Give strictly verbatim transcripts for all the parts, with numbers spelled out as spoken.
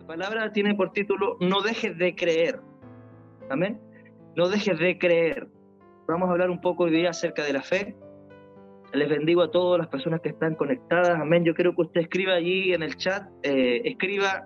La palabra tiene por título No dejes de creer. Amén. No dejes de creer. Vamos a hablar un poco hoy día acerca de la fe. Les bendigo a todas las personas que están conectadas. Amén. Yo quiero que usted escriba allí en el chat, eh, escriba,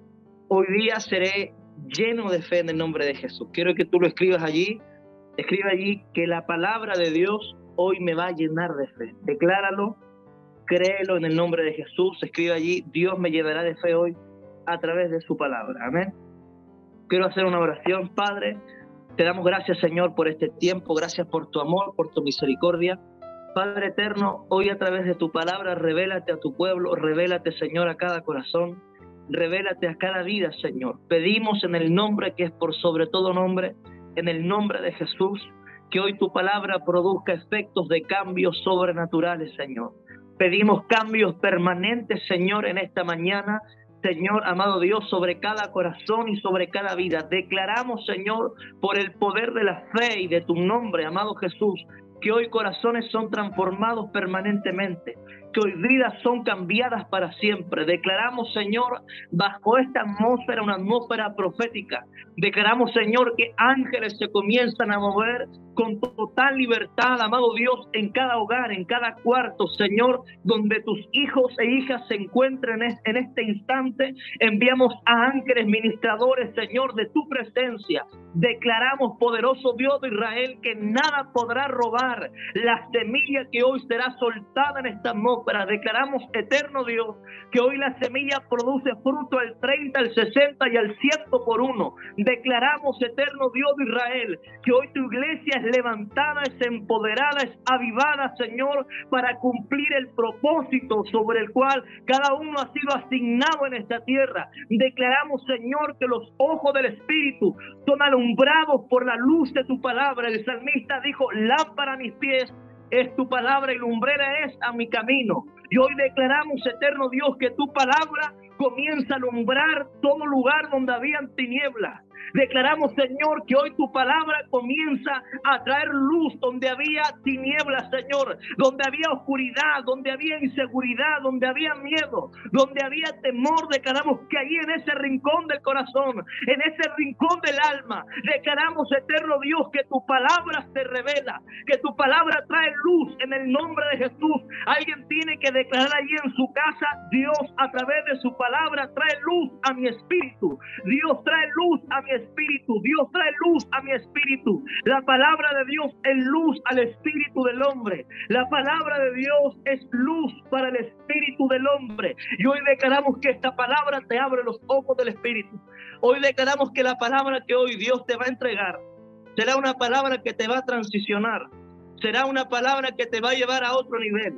hoy día seré lleno de fe en el nombre de Jesús. Quiero que tú lo escribas allí. Escriba allí que la palabra de Dios hoy me va a llenar de fe. Decláralo, créelo en el nombre de Jesús. Escriba allí, Dios me llenará de fe hoy a través de su palabra. Amén. Quiero hacer una oración. Padre, te damos gracias, Señor, por este tiempo. Gracias por tu amor, por tu misericordia. Padre eterno, hoy a través de tu palabra, revélate a tu pueblo, revélate, Señor, a cada corazón, revélate a cada vida, Señor. Pedimos en el nombre que es por sobre todo nombre, en el nombre de Jesús, que hoy tu palabra produzca efectos de cambios sobrenaturales, Señor. Pedimos cambios permanentes, Señor, en esta mañana, Señor, amado Dios, sobre cada corazón y sobre cada vida. Declaramos, Señor, por el poder de la fe y de tu nombre, amado Jesús, que hoy corazones son transformados permanentemente, que hoy vidas son cambiadas para siempre. Declaramos, Señor, bajo esta atmósfera, una atmósfera profética, declaramos, Señor, que ángeles se comienzan a mover con total libertad, amado Dios, en cada hogar, en cada cuarto, Señor, donde tus hijos e hijas se encuentren en este instante. Enviamos a ángeles ministradores, Señor, de tu presencia. Declaramos, poderoso Dios de Israel, que nada podrá robar la semilla que hoy será soltada en esta atmósfera. Declaramos, eterno Dios, que hoy la semilla produce fruto al treinta, al sesenta y al cien por uno. Declaramos, eterno Dios de Israel, que hoy tu iglesia es levantada, es empoderada, es avivada, Señor, para cumplir el propósito sobre el cual cada uno ha sido asignado en esta tierra. Declaramos, Señor, que los ojos del Espíritu son alumbrados por la luz de tu palabra. El salmista dijo, lámpara a mis pies es tu palabra y lumbrera es a mi camino. Y hoy declaramos, eterno Dios, que tu palabra comienza a alumbrar todo lugar donde habían tinieblas. Declaramos, Señor, que hoy tu palabra comienza a traer luz donde había tinieblas, Señor, donde había oscuridad, donde había inseguridad, donde había miedo, donde había temor. Declaramos que ahí en ese rincón del corazón, en ese rincón del alma, declaramos, eterno Dios, que tu palabra se revela, que tu palabra trae luz en el nombre de Jesús. Alguien tiene que declarar allí en su casa, Dios a través de su palabra trae luz a mi espíritu. Dios trae luz a mi espíritu. Dios trae luz a mi espíritu. La palabra de Dios es luz al espíritu del hombre. La palabra de Dios es luz para el espíritu del hombre. Y hoy declaramos que esta palabra te abre los ojos del espíritu. Hoy declaramos que la palabra que hoy Dios te va a entregar será una palabra que te va a transicionar. Será una palabra que te va a llevar a otro nivel.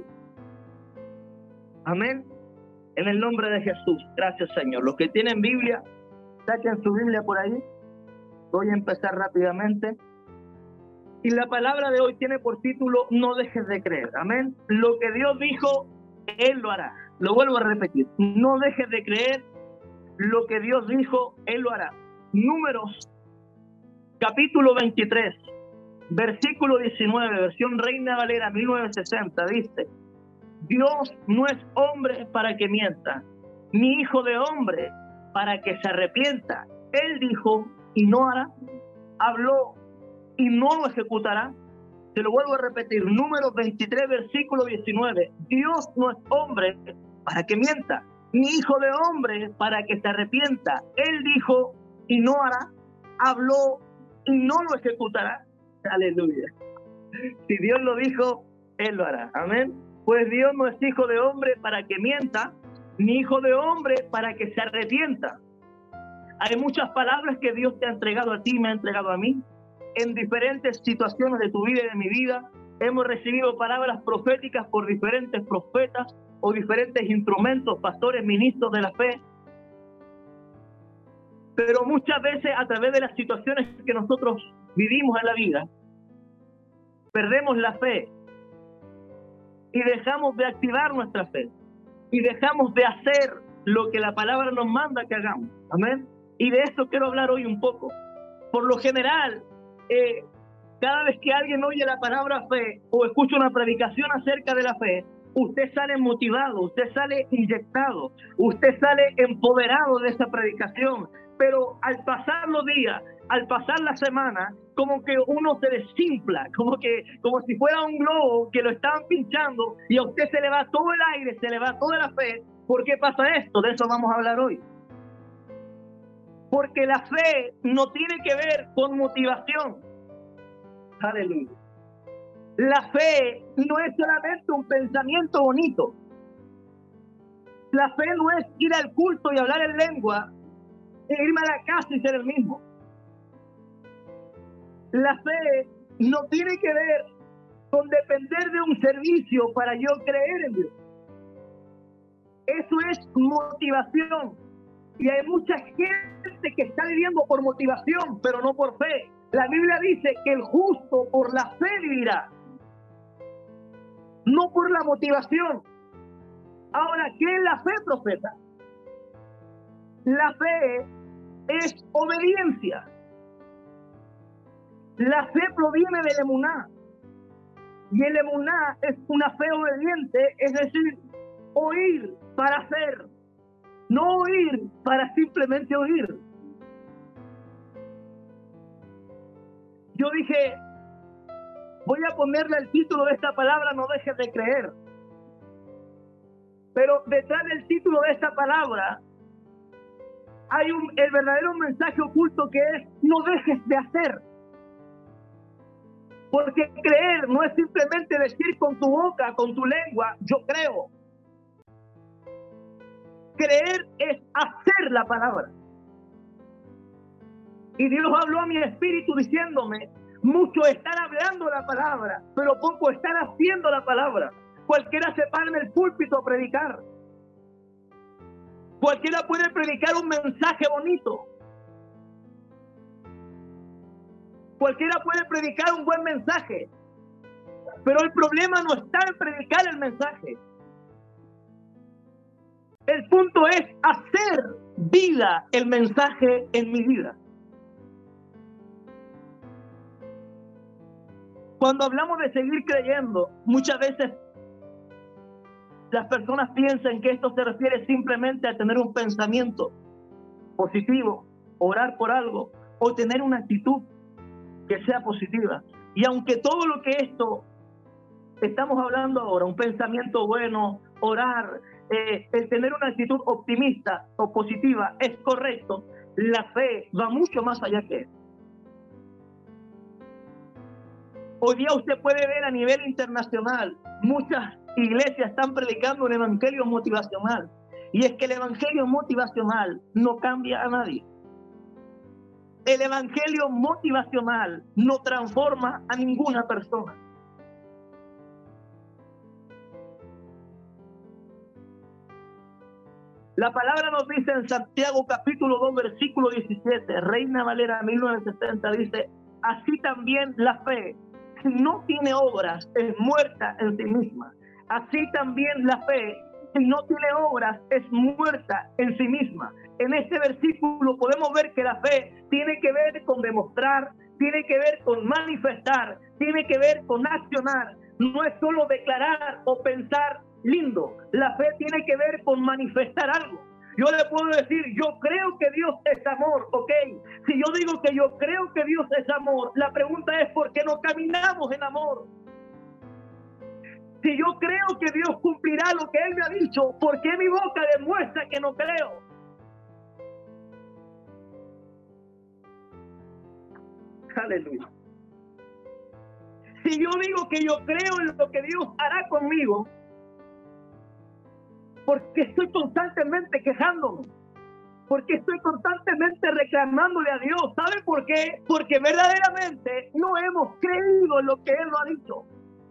Amén. En el nombre de Jesús. Gracias, Señor. Los que tienen Biblia, saquen su Biblia por ahí. Voy a empezar rápidamente. Y la palabra de hoy tiene por título No dejes de creer. Amén. Lo que Dios dijo, Él lo hará. Lo vuelvo a repetir. No dejes de creer. Lo que Dios dijo, Él lo hará. Números, capítulo veintitrés, versículo diecinueve, versión Reina Valera mil novecientos sesenta, dice: Dios no es hombre para que mienta, ni hijo de hombre para que se arrepienta. Él dijo y no hará, habló y no lo ejecutará. Se lo vuelvo a repetir, Números veintitrés, versículo diecinueve. Dios no es hombre para que mienta, ni hijo de hombre para que se arrepienta. Él dijo y no hará, habló y no lo ejecutará. Aleluya. Si Dios lo dijo, Él lo hará. Amén. Pues Dios no es hijo de hombre para que mienta, ni hijo de hombre para que se arrepienta. Hay muchas palabras que Dios te ha entregado a ti, me ha entregado a mí. En diferentes situaciones de tu vida y de mi vida, hemos recibido palabras proféticas por diferentes profetas o diferentes instrumentos, pastores, ministros de la fe. Pero muchas veces, a través de las situaciones que nosotros vivimos en la vida, perdemos la fe y dejamos de activar nuestra fe y dejamos de hacer lo que la palabra nos manda que hagamos. Amén. Y de eso quiero hablar hoy un poco. Por lo general, eh, cada vez que alguien oye la palabra fe o escucha una predicación acerca de la fe, usted sale motivado, usted sale inyectado, usted sale empoderado de esa predicación. Pero al pasar los días, al pasar la semana, como que uno se desinfla, como que como si fuera un globo que lo estaban pinchando y a usted se le va todo el aire, se le va toda la fe. ¿Por qué pasa esto? De eso vamos a hablar hoy. Porque la fe no tiene que ver con motivación. Aleluya. La fe no es solamente un pensamiento bonito. La fe no es ir al culto y hablar en lengua e irme a la casa y ser el mismo. La fe no tiene que ver con depender de un servicio para yo creer en Dios. Eso es motivación. Y hay mucha gente que está viviendo por motivación, pero no por fe. La Biblia dice que el justo por la fe vivirá, no por la motivación. Ahora, ¿qué es la fe, profeta? La fe es obediencia. La fe proviene del emuná. Y el emuná es una fe obediente, es decir, oír para hacer, no oír para simplemente oír. Yo dije, voy a ponerle el título de esta palabra, no dejes de creer. Pero detrás del título de esta palabra hay un, el verdadero mensaje oculto, que es: no dejes de hacer. Porque creer no es simplemente decir con tu boca, con tu lengua, yo creo. Creer es hacer la palabra. Y Dios habló a mi espíritu diciéndome: muchos están hablando la palabra, pero poco están haciendo la palabra. Cualquiera se para en el púlpito a predicar. Cualquiera puede predicar un mensaje bonito. Cualquiera puede predicar un buen mensaje. Pero el problema no está en predicar el mensaje. El punto es hacer vida el mensaje en mi vida. Cuando hablamos de seguir creyendo, muchas veces las personas piensan que esto se refiere simplemente a tener un pensamiento positivo, orar por algo o tener una actitud que sea positiva. Y aunque todo lo que esto estamos hablando ahora, un pensamiento bueno, orar, eh, el tener una actitud optimista o positiva es correcto, la fe va mucho más allá que eso. Hoy día usted puede ver a nivel internacional, muchas iglesias están predicando un evangelio motivacional. Y es que el evangelio motivacional no cambia a nadie. El evangelio motivacional no transforma a ninguna persona. La palabra nos dice en Santiago capítulo dos versículo diecisiete, Reina Valera mil novecientos setenta, dice: así también la fe, si no tiene obras, es muerta en sí misma. Así también la fe, si no tiene obras, es muerta en sí misma. En este versículo podemos ver que la fe tiene que ver con demostrar, tiene que ver con manifestar, tiene que ver con accionar. No es solo declarar o pensar lindo. La fe tiene que ver con manifestar algo. Yo le puedo decir: yo creo que Dios es amor, ¿ok? Si yo digo que yo creo que Dios es amor, la pregunta es: ¿por qué no caminamos en amor? Si yo creo que Dios cumplirá lo que Él me ha dicho, ¿por qué mi boca demuestra que no creo? Aleluya. Si yo digo que yo creo en lo que Dios hará conmigo, porque estoy constantemente quejándome, porque estoy constantemente reclamándole a Dios. ¿Sabe por qué? Porque verdaderamente no hemos creído en lo que Él nos ha dicho.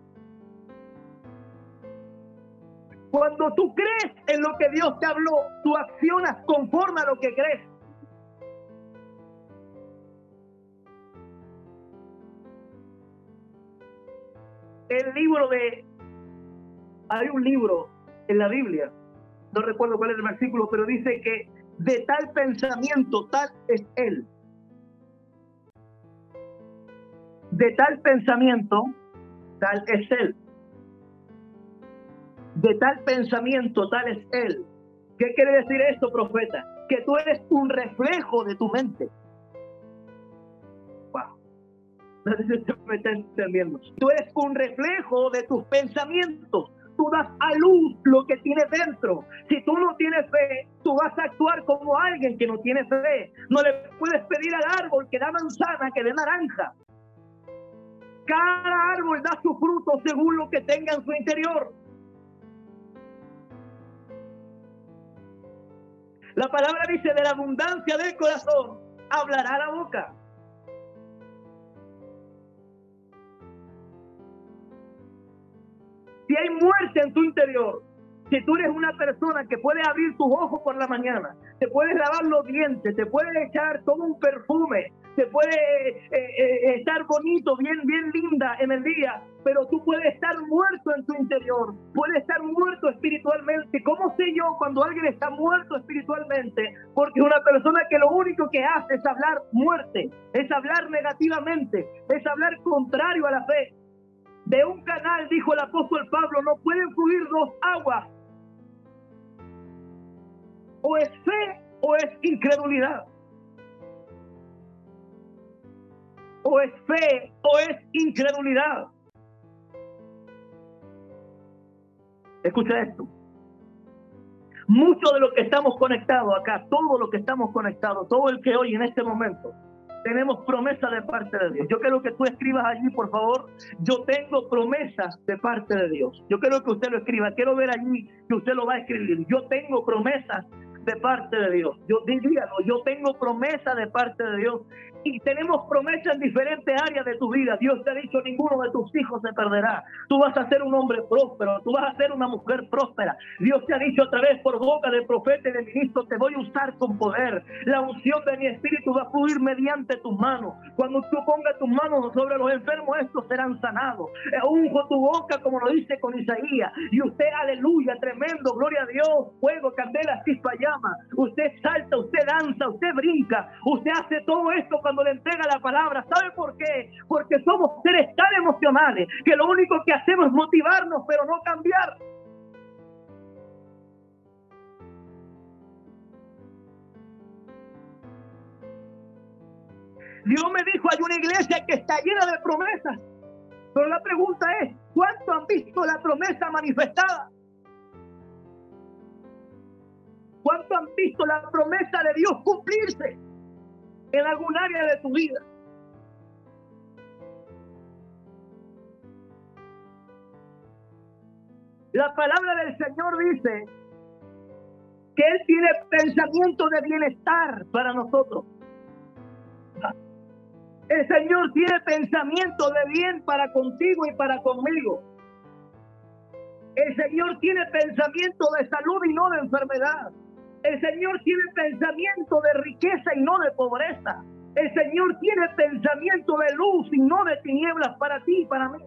Cuando tú crees en lo que Dios te habló, tú accionas conforme a lo que crees. El libro de... Hay un libro en la Biblia, no recuerdo cuál es el versículo, pero dice que de tal pensamiento, tal es Él. De tal pensamiento, tal es Él. De tal pensamiento, tal es él. ¿Qué quiere decir esto, profeta? Que tú eres un reflejo de tu mente. Wow. No sé si usted me está entendiendo. Tú eres un reflejo de tus pensamientos. Tú das a luz lo que tienes dentro. Si tú no tienes fe, tú vas a actuar como alguien que no tiene fe. No le puedes pedir al árbol que da manzana, que dé naranja. Cada árbol da su fruto según lo que tenga en su interior. La palabra dice: de la abundancia del corazón hablará la boca. Si hay muerte en tu interior, si tú eres una persona que puede abrir tus ojos por la mañana, te puedes lavar los dientes, te puedes echar todo un perfume, te puede eh, eh, estar bonito, bien, bien linda en el día, pero tú puedes estar muerto en tu interior, puedes estar muerto espiritualmente. ¿Cómo sé yo cuando alguien está muerto espiritualmente? Porque es una persona que lo único que hace es hablar muerte, es hablar negativamente, es hablar contrario a la fe. De un canal, dijo el apóstol Pablo, no pueden fluir dos aguas. O es fe o es incredulidad. O es fe o es incredulidad. Escucha esto. Mucho de lo que estamos conectados acá, todo lo que estamos conectados, todo el que hoy en este momento, tenemos promesa de parte de Dios. Yo quiero que tú escribas allí, por favor. Yo tengo promesas de parte de Dios. Yo quiero que usted lo escriba. Quiero ver allí que usted lo va a escribir. Yo tengo promesas de parte de Dios. Yo dígalo, yo tengo promesas de parte de Dios. Y tenemos promesas en diferentes áreas de tu vida. Dios te ha dicho: ninguno de tus hijos se perderá. Tú vas a ser un hombre próspero. Tú vas a ser una mujer próspera. Dios te ha dicho a través por boca de profeta y de ministro: te voy a usar con poder. La unción de mi espíritu va a fluir mediante tus manos. Cuando tú pongas tus manos sobre los enfermos, estos serán sanados. Eh, unjo tu boca, como lo dice con Isaías. Y usted, aleluya, tremendo, gloria a Dios, fuego, candela, chispa, llama. Usted salta, usted danza, usted brinca. Usted hace todo esto cuando le entrega la palabra. ¿Sabe por qué? Porque somos seres tan emocionales que lo único que hacemos es motivarnos, pero no cambiar. Dios me dijo: hay una iglesia que está llena de promesas, pero la pregunta es: ¿cuánto han visto la promesa manifestada? ¿Cuánto han visto la promesa de Dios cumplirse en algún área de tu vida? La palabra del Señor dice que Él tiene pensamiento de bienestar para nosotros. El Señor tiene pensamiento de bien para contigo y para conmigo. El Señor tiene pensamiento de salud y no de enfermedad. El Señor tiene pensamiento de riqueza y no de pobreza. El Señor tiene pensamiento de luz y no de tinieblas para ti y para mí.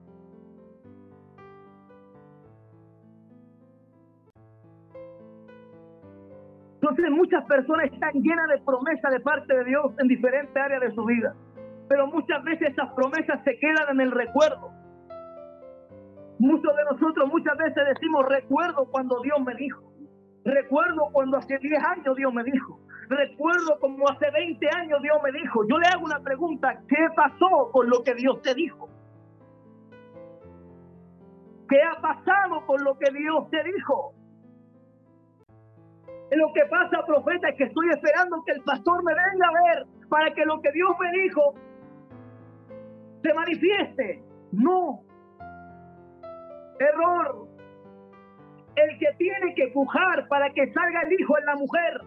Entonces muchas personas están llenas de promesas de parte de Dios en diferentes áreas de su vida. Pero muchas veces esas promesas se quedan en el recuerdo. Muchos de nosotros muchas veces decimos: recuerdo cuando Dios me dijo. Recuerdo cuando hace diez años Dios me dijo. Recuerdo como hace veinte años Dios me dijo. Yo le hago una pregunta: ¿qué pasó con lo que Dios te dijo? ¿Qué ha pasado con lo que Dios te dijo? Lo que pasa, profeta, es que estoy esperando que el pastor me venga a ver para que lo que Dios me dijo se manifieste. No. Error. El que tiene que pujar para que salga el hijo es la mujer.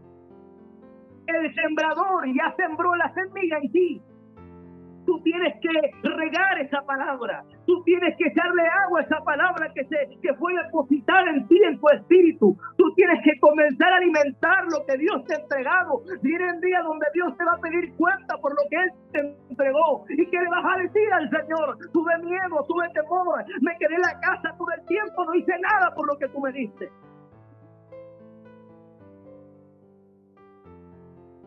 El sembrador ya sembró la semilla en ti. Tú tienes que regar esa palabra. Tú tienes que echarle agua a esa palabra que, se, que fue depositada en ti, en tu espíritu. Tú tienes que comenzar a alimentar lo que Dios te ha entregado. Vienen días donde Dios te va a pedir cuenta por lo que Él te entregó. ¿Y qué le vas a decir al Señor? Tuve miedo, tuve temor, me quedé en la casa todo el tiempo, no hice nada por lo que tú me diste.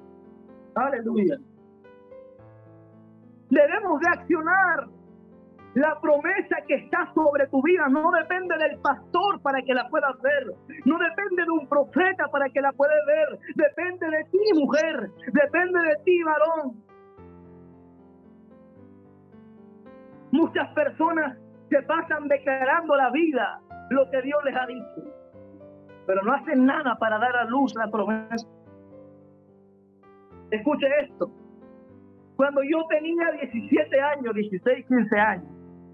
Aleluya. Debemos de accionar. La promesa que está sobre tu vida no depende del pastor para que la puedas ver. No depende de un profeta para que la puedas ver. Depende de ti, mujer. Depende de ti, varón. Muchas personas se pasan declarando la vida lo que Dios les ha dicho, pero no hacen nada para dar a luz la promesa. Escuche esto. Cuando yo tenía diecisiete años, dieciséis, quince años,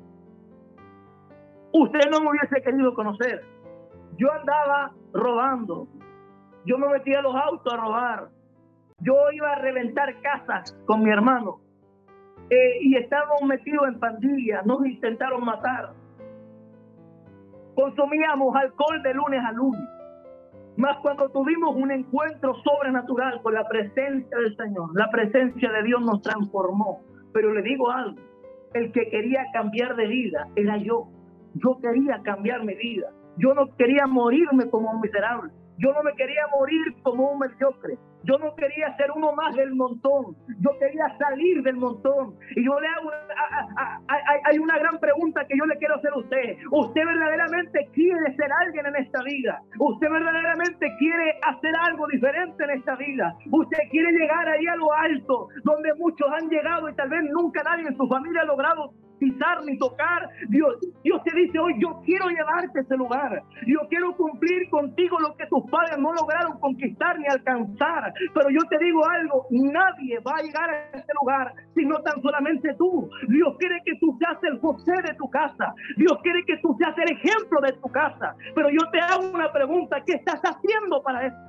usted no me hubiese querido conocer. Yo andaba robando. Yo me metía a los autos a robar. Yo iba a reventar casas con mi hermano. Eh, y estábamos metidos en pandillas. Nos intentaron matar. Consumíamos alcohol de lunes a lunes. Mas cuando tuvimos un encuentro sobrenatural con la presencia del Señor, la presencia de Dios nos transformó. Pero le digo algo, el que quería cambiar de vida era yo. Yo quería cambiar mi vida. Yo no quería morirme como un miserable. Yo no me quería morir como un mediocre. Yo no quería ser uno más del montón. Yo quería salir del montón. Y yo le hago una, a, a, a, hay una gran pregunta que yo le quiero hacer a usted. ¿Usted verdaderamente quiere ser alguien en esta vida? ¿Usted verdaderamente quiere hacer algo diferente en esta vida? ¿Usted quiere llegar ahí a lo alto, donde muchos han llegado y tal vez nunca nadie en su familia ha logrado pisar ni tocar? Dios, Dios te dice hoy, yo quiero llevarte a ese lugar. Yo quiero cumplir contigo lo que tus padres no lograron conquistar ni alcanzar. Pero yo te digo algo, nadie va a llegar a ese lugar sino tan solamente tú. Dios quiere que tú seas el José de tu casa. Dios quiere que tú seas el ejemplo de tu casa. Pero yo te hago una pregunta, ¿qué estás haciendo para eso?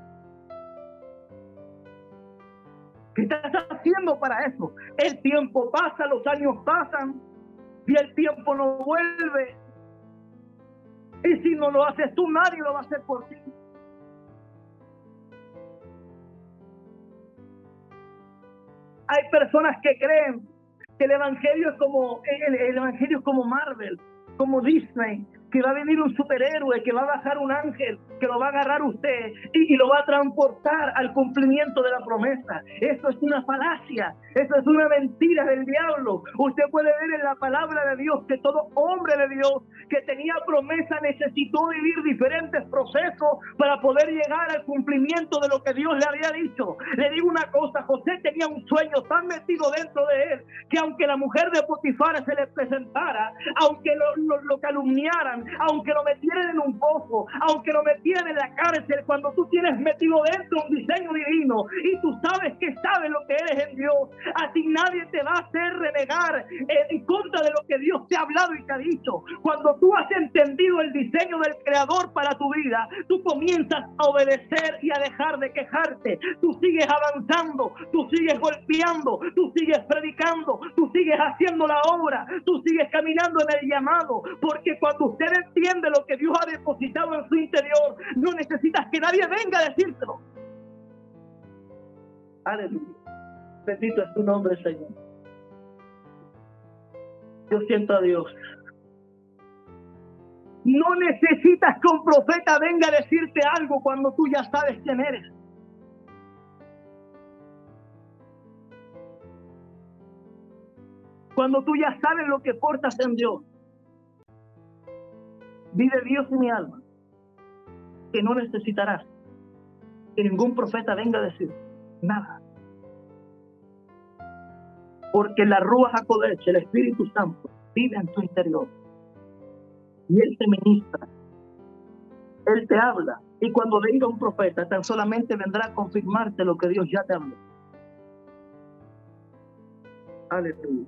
¿Qué estás haciendo para eso? El tiempo pasa, los años pasan y el tiempo no vuelve. Y si no lo haces tú, nadie lo va a hacer por ti. Hay personas que creen que el evangelio es como el, el evangelio es como Marvel, como Disney, que va a venir un superhéroe, que va a bajar un ángel, que lo va a agarrar usted y, y lo va a transportar al cumplimiento de la promesa. Eso es una falacia, eso es una mentira del diablo. Usted puede ver en la palabra de Dios que todo hombre de Dios que tenía promesa necesitó vivir diferentes procesos para poder llegar al cumplimiento de lo que Dios le había dicho. Le digo una cosa, José tenía un sueño tan metido dentro de él que aunque la mujer de Potifar se le presentara, aunque lo, lo, lo calumniaran, aunque lo metieran en un pozo, aunque lo metieran en la cárcel, cuando tú tienes metido dentro un diseño divino y tú sabes que sabes lo que eres en Dios, a ti nadie te va a hacer renegar eh, en contra de lo que Dios te ha hablado y te ha dicho. Cuando tú has entendido el diseño del Creador para tu vida, tú comienzas a obedecer y a dejar de quejarte. Tú sigues avanzando, tú sigues golpeando, tú sigues predicando, tú sigues haciendo la obra, tú sigues caminando en el llamado, porque cuando usted entiende lo que Dios ha depositado en su interior, no necesitas que nadie venga a decírtelo. Aleluya. Bendito es tu nombre, Señor. Yo siento a Dios. No necesitas que un profeta venga a decirte algo cuando tú ya sabes quién eres. Cuando tú ya sabes lo que portas en Dios. Vive Dios en mi alma, que no necesitarás que ningún profeta venga a decir nada. Porque la Ruach HaKodesh, el Espíritu Santo, vive en tu interior. Y Él te ministra. Él te habla. Y cuando venga un profeta, tan solamente vendrá a confirmarte lo que Dios ya te habló. Aleluya.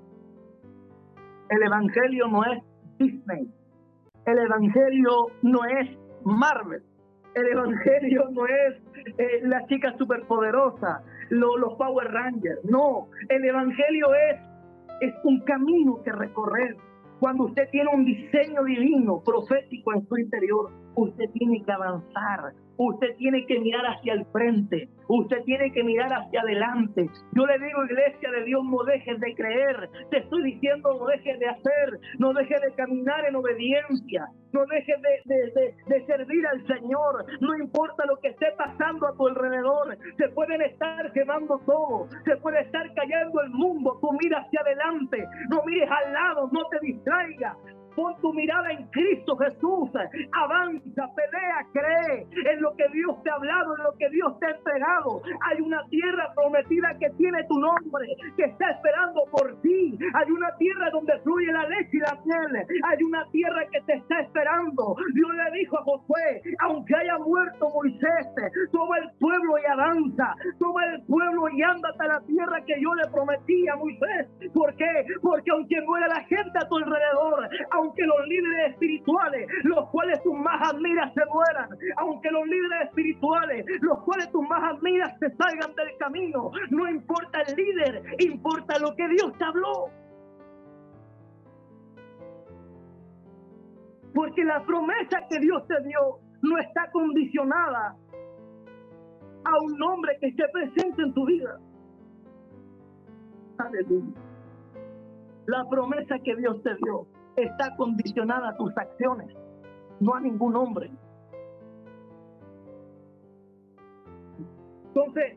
El Evangelio no es Disney. El Evangelio no es Marvel. El Evangelio no es eh, la chica superpoderosa, lo, los Power Rangers. No, el Evangelio es, es un camino que recorrer cuando usted tiene un diseño divino, profético en su interior. Usted tiene que avanzar. Usted tiene que mirar hacia el frente. Usted tiene que mirar hacia adelante. Yo le digo, iglesia de Dios, no dejes de creer. Te estoy diciendo, no dejes de hacer. No dejes de caminar en obediencia. No dejes de, de, de, de servir al Señor. No importa lo que esté pasando a tu alrededor. Se pueden estar quemando todo. Se puede estar cayendo el mundo. Tú mira hacia adelante. No mires al lado. No te distraigas. Pon tu mirada en Cristo Jesús. Avanza, pelea, cree en lo que Dios te ha hablado, en lo que Dios te ha entregado. Hay una tierra prometida que tiene tu nombre, que está esperando por ti. Hay una tierra donde fluye la leche y la miel. Hay una tierra que te está esperando. Dios le dijo a Josué, aunque haya muerto Moisés, toma el pueblo y avanza. Toma el pueblo y ándate a la tierra que yo le prometí a Moisés. ¿Por qué? Porque aunque muera la gente a tu alrededor, aunque los líderes espirituales, los cuales tú más admiras, se mueran, aunque los líderes espirituales, los cuales tú más admiras, se salgan del camino, no importa el líder, importa lo que Dios te habló. Porque la promesa que Dios te dio no está condicionada a un nombre que esté presente en tu vida. Aleluya. La promesa que Dios te dio está condicionada a tus acciones, no a ningún hombre. Entonces,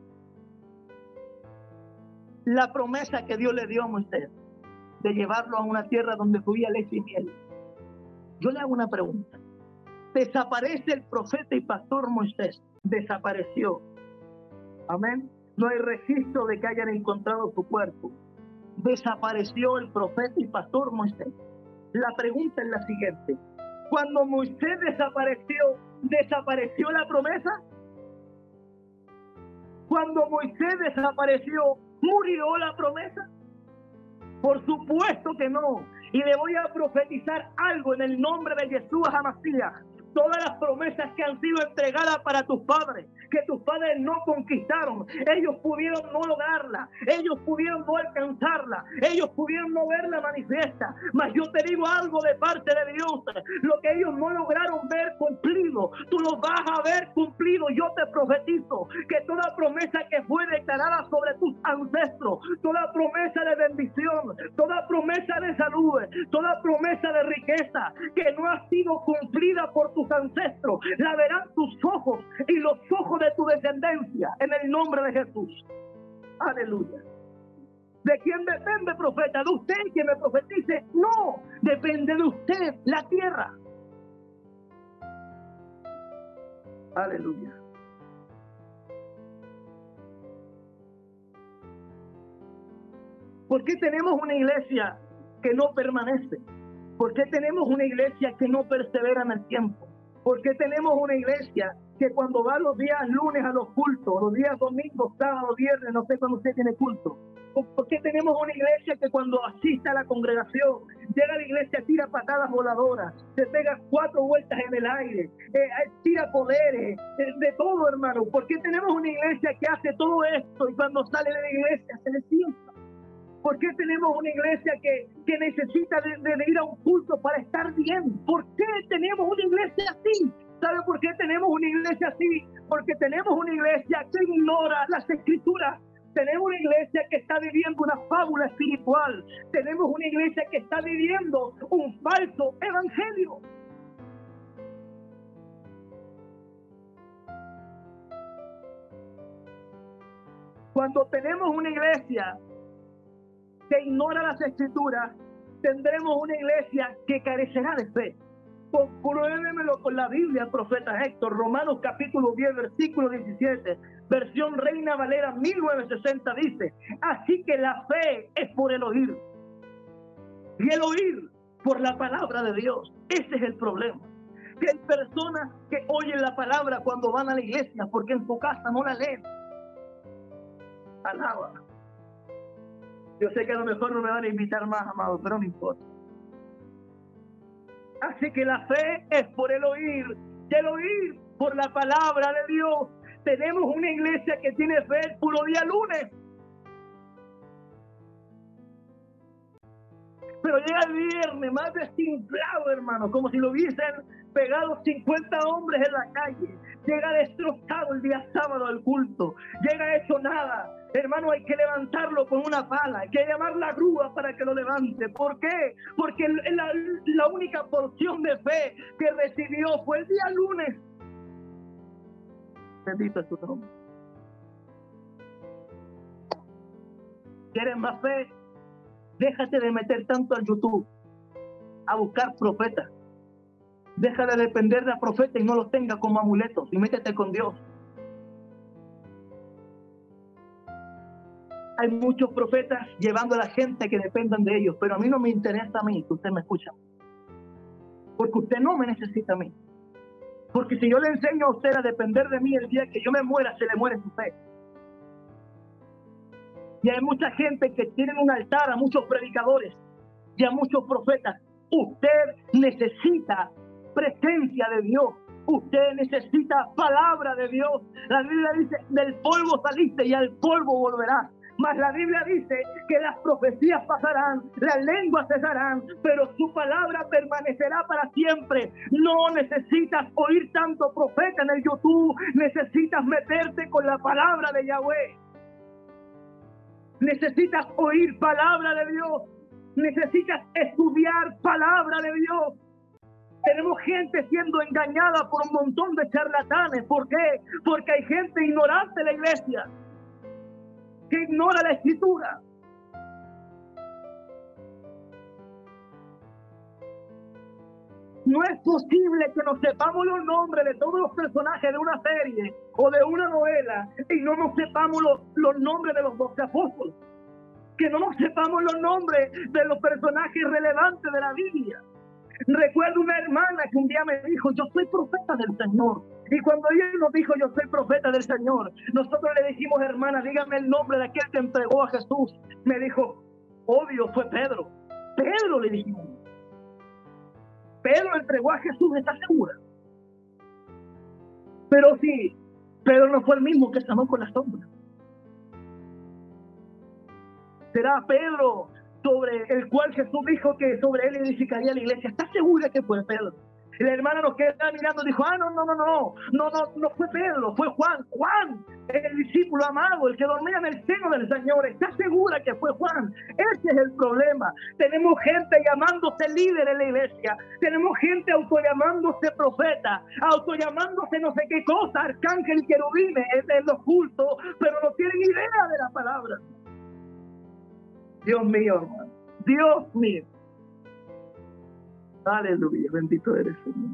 la promesa que Dios le dio a Moisés de llevarlo a una tierra donde fluía leche y miel. Yo le hago una pregunta. Desaparece el profeta y pastor Moisés. Desapareció. Amén. No hay registro de que hayan encontrado su cuerpo. Desapareció el profeta y pastor Moisés. La pregunta es la siguiente. Cuando Moisés desapareció, ¿desapareció la promesa? Cuando Moisés desapareció, ¿murió la promesa? Por supuesto que no. Y le voy a profetizar algo en el nombre de Jesús HaMashiach. Todas las promesas que han sido entregadas para tus padres, que tus padres no conquistaron, ellos pudieron no lograrla, ellos pudieron no alcanzarla, ellos pudieron no verla manifiesta. Mas yo te digo algo de parte de Dios: lo que ellos no lograron ver cumplido, tú lo vas a ver cumplido. Yo te profetizo que toda promesa que fue declarada sobre tus ancestros, toda promesa de bendición, toda promesa de salud, toda promesa de riqueza que no ha sido cumplida por tus ancestros, la verán tus ojos y los ojos de tu descendencia, en el nombre de Jesús. Aleluya. ¿De quién depende, profeta? ¿De usted que me profetice? No, depende de usted, la tierra. Aleluya. ¿Por qué tenemos una iglesia que no permanece? ¿Por qué tenemos una iglesia que no persevera en el tiempo? ¿Por qué tenemos una iglesia que cuando va los días lunes a los cultos, los días domingos, sábados, viernes, no sé cuándo usted tiene culto? ¿Por qué tenemos una iglesia que cuando asiste a la congregación, llega a la iglesia, tira patadas voladoras, se pega cuatro vueltas en el aire, eh, tira poderes, eh, de todo, hermano? ¿Por qué tenemos una iglesia que hace todo esto y cuando sale de la iglesia se le sienta? ¿Por qué tenemos una iglesia que, que necesita de, de, de ir a un culto para estar bien? ¿Por qué tenemos una iglesia así? ¿Sabe por qué tenemos una iglesia así? Porque tenemos una iglesia que ignora las escrituras. Tenemos una iglesia que está viviendo una fábula espiritual. Tenemos una iglesia que está viviendo un falso evangelio. Cuando tenemos una iglesia que ignora las escrituras, tendremos una iglesia que carecerá de fe. Compruébemelo con la Biblia, profeta Héctor. Romanos capítulo diez, versículo diecisiete, versión Reina Valera mil novecientos sesenta, dice: así que la fe es por el oír, y el oír por la palabra de Dios. Ese es el problema. Que hay personas que oyen la palabra cuando van a la iglesia, porque en su casa no la leen. Alaba. Yo sé que a lo mejor no me van a invitar más, amado, pero no importa. Así que la fe es por el oír, y el oír por la palabra de Dios. Tenemos una iglesia que tiene fe el puro día lunes. Pero llega el viernes más desinflado, hermano, como si lo hubiesen pegados cincuenta hombres en la calle, llega destrozado el día sábado al culto, llega hecho nada. Hermano, hay que levantarlo con una pala, hay que llamar la grúa para que lo levante. ¿Por qué? Porque la, la única porción de fe que recibió fue el día lunes. Bendito es tu nombre. ¿Quieres más fe? Déjate de meter tanto al YouTube a buscar profetas. Deja de depender de profetas y no los tenga como amuletos y métete con Dios. Hay muchos profetas llevando a la gente que dependan de ellos, pero a mí no me interesa a mí que usted me escucha. Porque usted no me necesita a mí. Porque si yo le enseño a usted a depender de mí el día que yo me muera, se le muere su fe. Y hay mucha gente que tiene un altar a muchos predicadores y a muchos profetas. Usted necesita presencia de Dios. Usted necesita palabra de Dios. La Biblia dice, del polvo saliste y al polvo volverás. Mas la Biblia dice que las profecías pasarán, las lenguas cesarán, pero su palabra permanecerá para siempre. No necesitas oír tanto profeta en el YouTube, necesitas meterte con la palabra de Yahweh. Necesitas oír palabra de Dios, necesitas estudiar palabra de Dios. Tenemos gente siendo engañada por un montón de charlatanes. ¿Por qué? Porque hay gente ignorante de la iglesia, que ignora la escritura. No es posible que nos sepamos los nombres de todos los personajes de una serie o de una novela y no nos sepamos los, los nombres de los doce apóstoles. Que no nos sepamos los nombres de los personajes relevantes de la Biblia. Recuerdo una hermana que un día me dijo, yo soy profeta del Señor. Y cuando ella nos dijo, yo soy profeta del Señor, nosotros le dijimos, hermana, dígame el nombre de aquel que entregó a Jesús. Me dijo, obvio, fue Pedro. Pedro, le dijimos. Pedro entregó a Jesús, ¿estás segura? Pero sí, Pedro no fue el mismo que sanó con la sombra. Será Pedro sobre el cual Jesús dijo que sobre él edificaría la iglesia. ¿Estás segura que fue Pedro? Y la hermana nos queda mirando y dijo, ah, no, no, no, no, no, no, no fue Pedro, fue Juan. Juan, el discípulo amado, el que dormía en el seno del Señor. ¿Estás segura que fue Juan? Ese es el problema. Tenemos gente llamándose líder en la iglesia. Tenemos gente autollamándose profeta, autollamándose no sé qué cosa, arcángel, querubines en los cultos, pero no tienen idea de la palabra. Dios mío, hermano. Dios mío. Aleluya, bendito eres, Señor.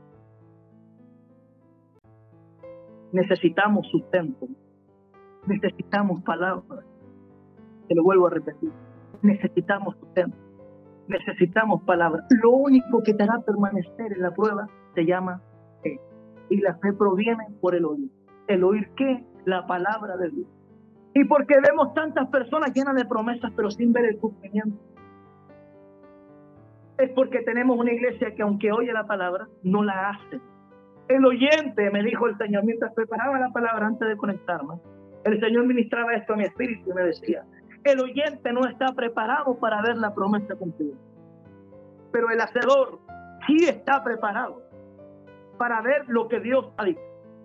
Necesitamos sustento. Necesitamos palabras. Te lo vuelvo a repetir. Necesitamos sustento. Necesitamos palabras. Lo único que te hará permanecer en la prueba se llama fe. Y la fe proviene por el oír. ¿El oír qué? La palabra de Dios. Y porque vemos tantas personas llenas de promesas, pero sin ver el cumplimiento. Es porque tenemos una iglesia que aunque oye la palabra, no la hace. El oyente, me dijo el Señor, mientras preparaba la palabra antes de conectarme, el Señor ministraba esto a mi espíritu y me decía, el oyente no está preparado para ver la promesa cumplida. Pero el hacedor sí está preparado para ver lo que Dios ha dicho.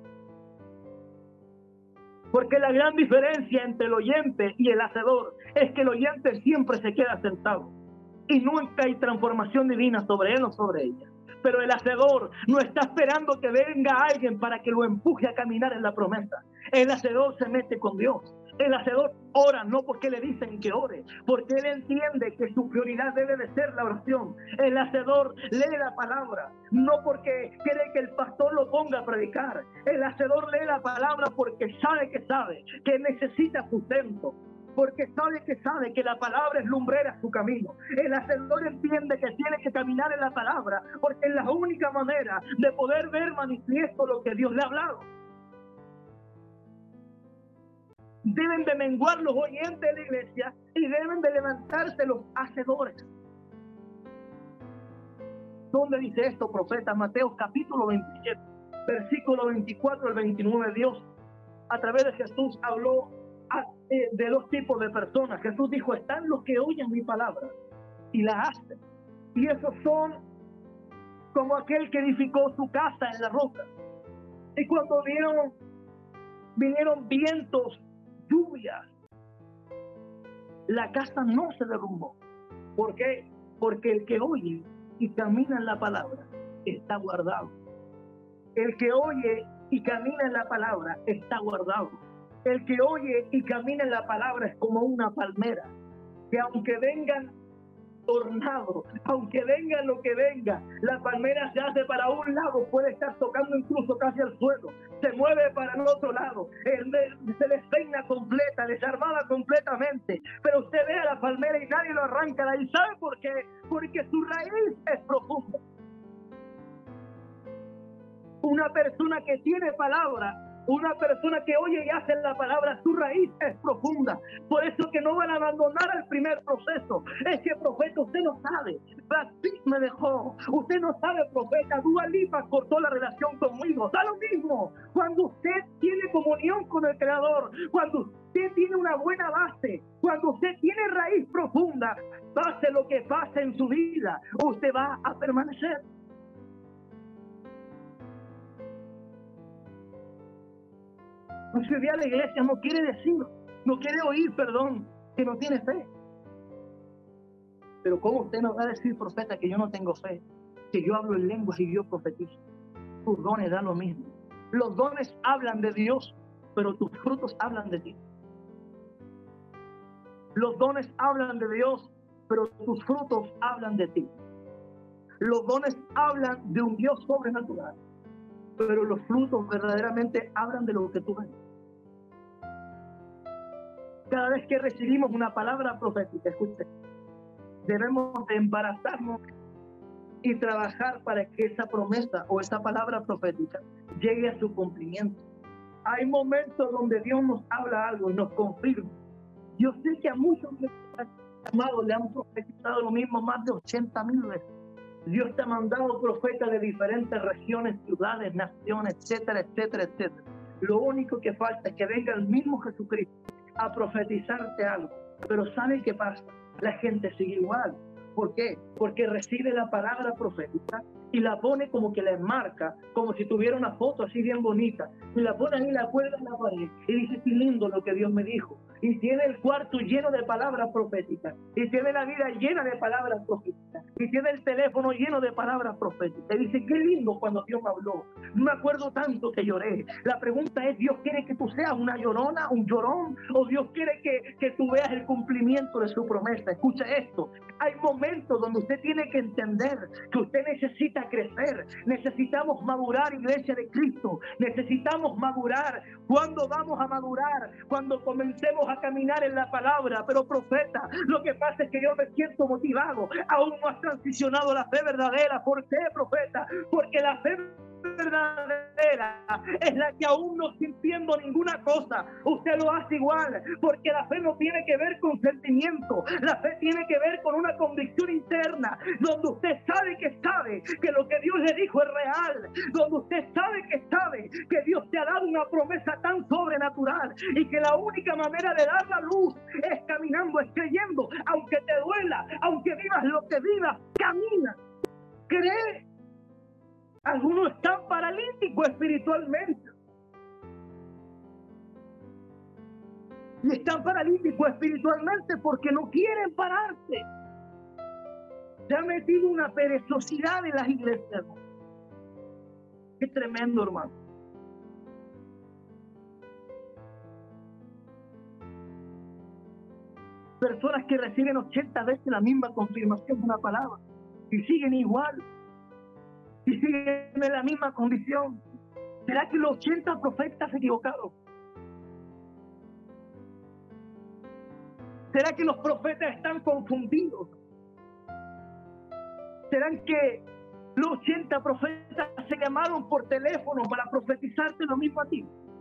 Porque la gran diferencia entre el oyente y el hacedor es que el oyente siempre se queda sentado y nunca hay transformación divina sobre él o sobre ella. Pero el hacedor no está esperando que venga alguien para que lo empuje a caminar en la promesa. El hacedor se mete con Dios. El hacedor ora no porque le dicen que ore, porque él entiende que su prioridad debe de ser la oración. El hacedor lee la palabra, no porque quiere que el pastor lo ponga a predicar. El hacedor lee la palabra porque sabe que sabe, que necesita sustento. Porque sabe que sabe que la palabra es lumbrera a su camino. El hacedor entiende que tiene que caminar en la palabra, porque es la única manera de poder ver manifiesto lo que Dios le ha hablado. Deben de menguar los oyentes de la iglesia y deben de levantarse los hacedores. ¿Dónde dice esto, profeta? Mateo capítulo veintisiete, versículo veinticuatro al veintinueve. Dios, a través de Jesús, habló a, eh, de dos tipos de personas. Jesús dijo, están los que oyen mi palabra y la hacen. Y esos son como aquel que edificó su casa en la roca. Y cuando vinieron, vinieron vientos, lluvias, la casa no se derrumbó. ¿Por qué? Porque el que oye y camina en la palabra está guardado. El que oye y camina en la palabra está guardado. El que oye y camina en la palabra es como una palmera, que aunque vengan tornados, aunque venga lo que venga, la palmera se hace para un lado, puede estar tocando incluso casi al suelo, se mueve para el otro lado, se despeina completa, desarmada completamente, pero usted ve a la palmera y nadie lo arranca de ahí. ¿Sabe por qué? Porque su raíz es profunda. Una persona que tiene palabra, una persona que oye y hace la palabra, su raíz es profunda. Por eso que no van a abandonar el primer proceso. Es que, profeta, usted no sabe. Brad Pitt me dejó. Usted no sabe, profeta. Dua Lipa cortó la relación conmigo. Da lo mismo. Cuando usted tiene comunión con el Creador, cuando usted tiene una buena base, cuando usted tiene raíz profunda, pase lo que pase en su vida, usted va a permanecer. No se ve a la iglesia, no quiere decir, no quiere oír, perdón, que no tiene fe. Pero ¿cómo usted nos va a decir, profeta, que yo no tengo fe? Que yo hablo en lenguas y yo profetizo. Tus dones dan lo mismo. Los dones hablan de Dios, pero tus frutos hablan de ti. Los dones hablan de Dios, pero tus frutos hablan de ti. Los dones hablan de un Dios sobrenatural, pero los frutos verdaderamente hablan de lo que tú ves. Cada vez que recibimos una palabra profética, escuche, debemos de embarazarnos y trabajar para que esa promesa o esa palabra profética llegue a su cumplimiento. Hay momentos donde Dios nos habla algo y nos confirma. Yo sé que a muchos amados le han profetizado lo mismo más de ochenta mil veces. Dios te ha mandado profetas de diferentes regiones, ciudades, naciones, etcétera, etcétera, etcétera. Lo único que falta es que venga el mismo Jesucristo a profetizarte algo. Pero ¿saben qué pasa? La gente sigue igual. ¿Por qué? Porque recibe la palabra profética y la pone como que la enmarca, como si tuviera una foto así bien bonita, y la pone ahí, la cuelga en la pared y dice: qué lindo lo que Dios me dijo. Y tiene el cuarto lleno de palabras proféticas, y tiene la vida llena de palabras proféticas, y tiene el teléfono lleno de palabras proféticas. Y dice: qué lindo cuando Dios me habló, me acuerdo tanto que lloré. La pregunta es: ¿Dios quiere que tú seas una llorona, un llorón, o Dios quiere que, que tú veas el cumplimiento de su promesa? Escucha esto: hay momentos donde usted tiene que entender que usted necesita crecer, necesitamos madurar, iglesia de Cristo, necesitamos madurar. ¿Cuándo vamos a madurar? Cuando comencemos a caminar en la palabra. Pero profeta, lo que pasa es que yo me siento motivado, aún no has transicionado a la fe verdadera. ¿Por qué, profeta? Porque la fe verdadera es la que aún no sintiendo ninguna cosa, usted lo hace igual, porque la fe no tiene que ver con sentimiento, la fe tiene que ver con una convicción interna, donde usted sabe que sabe que lo que Dios le dijo es real, donde usted sabe que sabe que Dios te ha dado una promesa tan sobrenatural y que la única manera de dar la luz es caminando, es creyendo, aunque te duela, aunque vivas lo que vivas, camina, cree. Algunos están paralíticos espiritualmente. Y están paralíticos espiritualmente porque no quieren pararse. Se ha metido una perezosidad en las iglesias. Qué tremendo, hermano. Personas que reciben ochenta veces la misma confirmación de una palabra y siguen igual. Y siguen en la misma condición. ¿Será que los ochenta profetas se equivocaron? ¿Será que los profetas están confundidos? ¿Será que los ochenta profetas se llamaron por teléfono para profetizarte lo mismo a ti?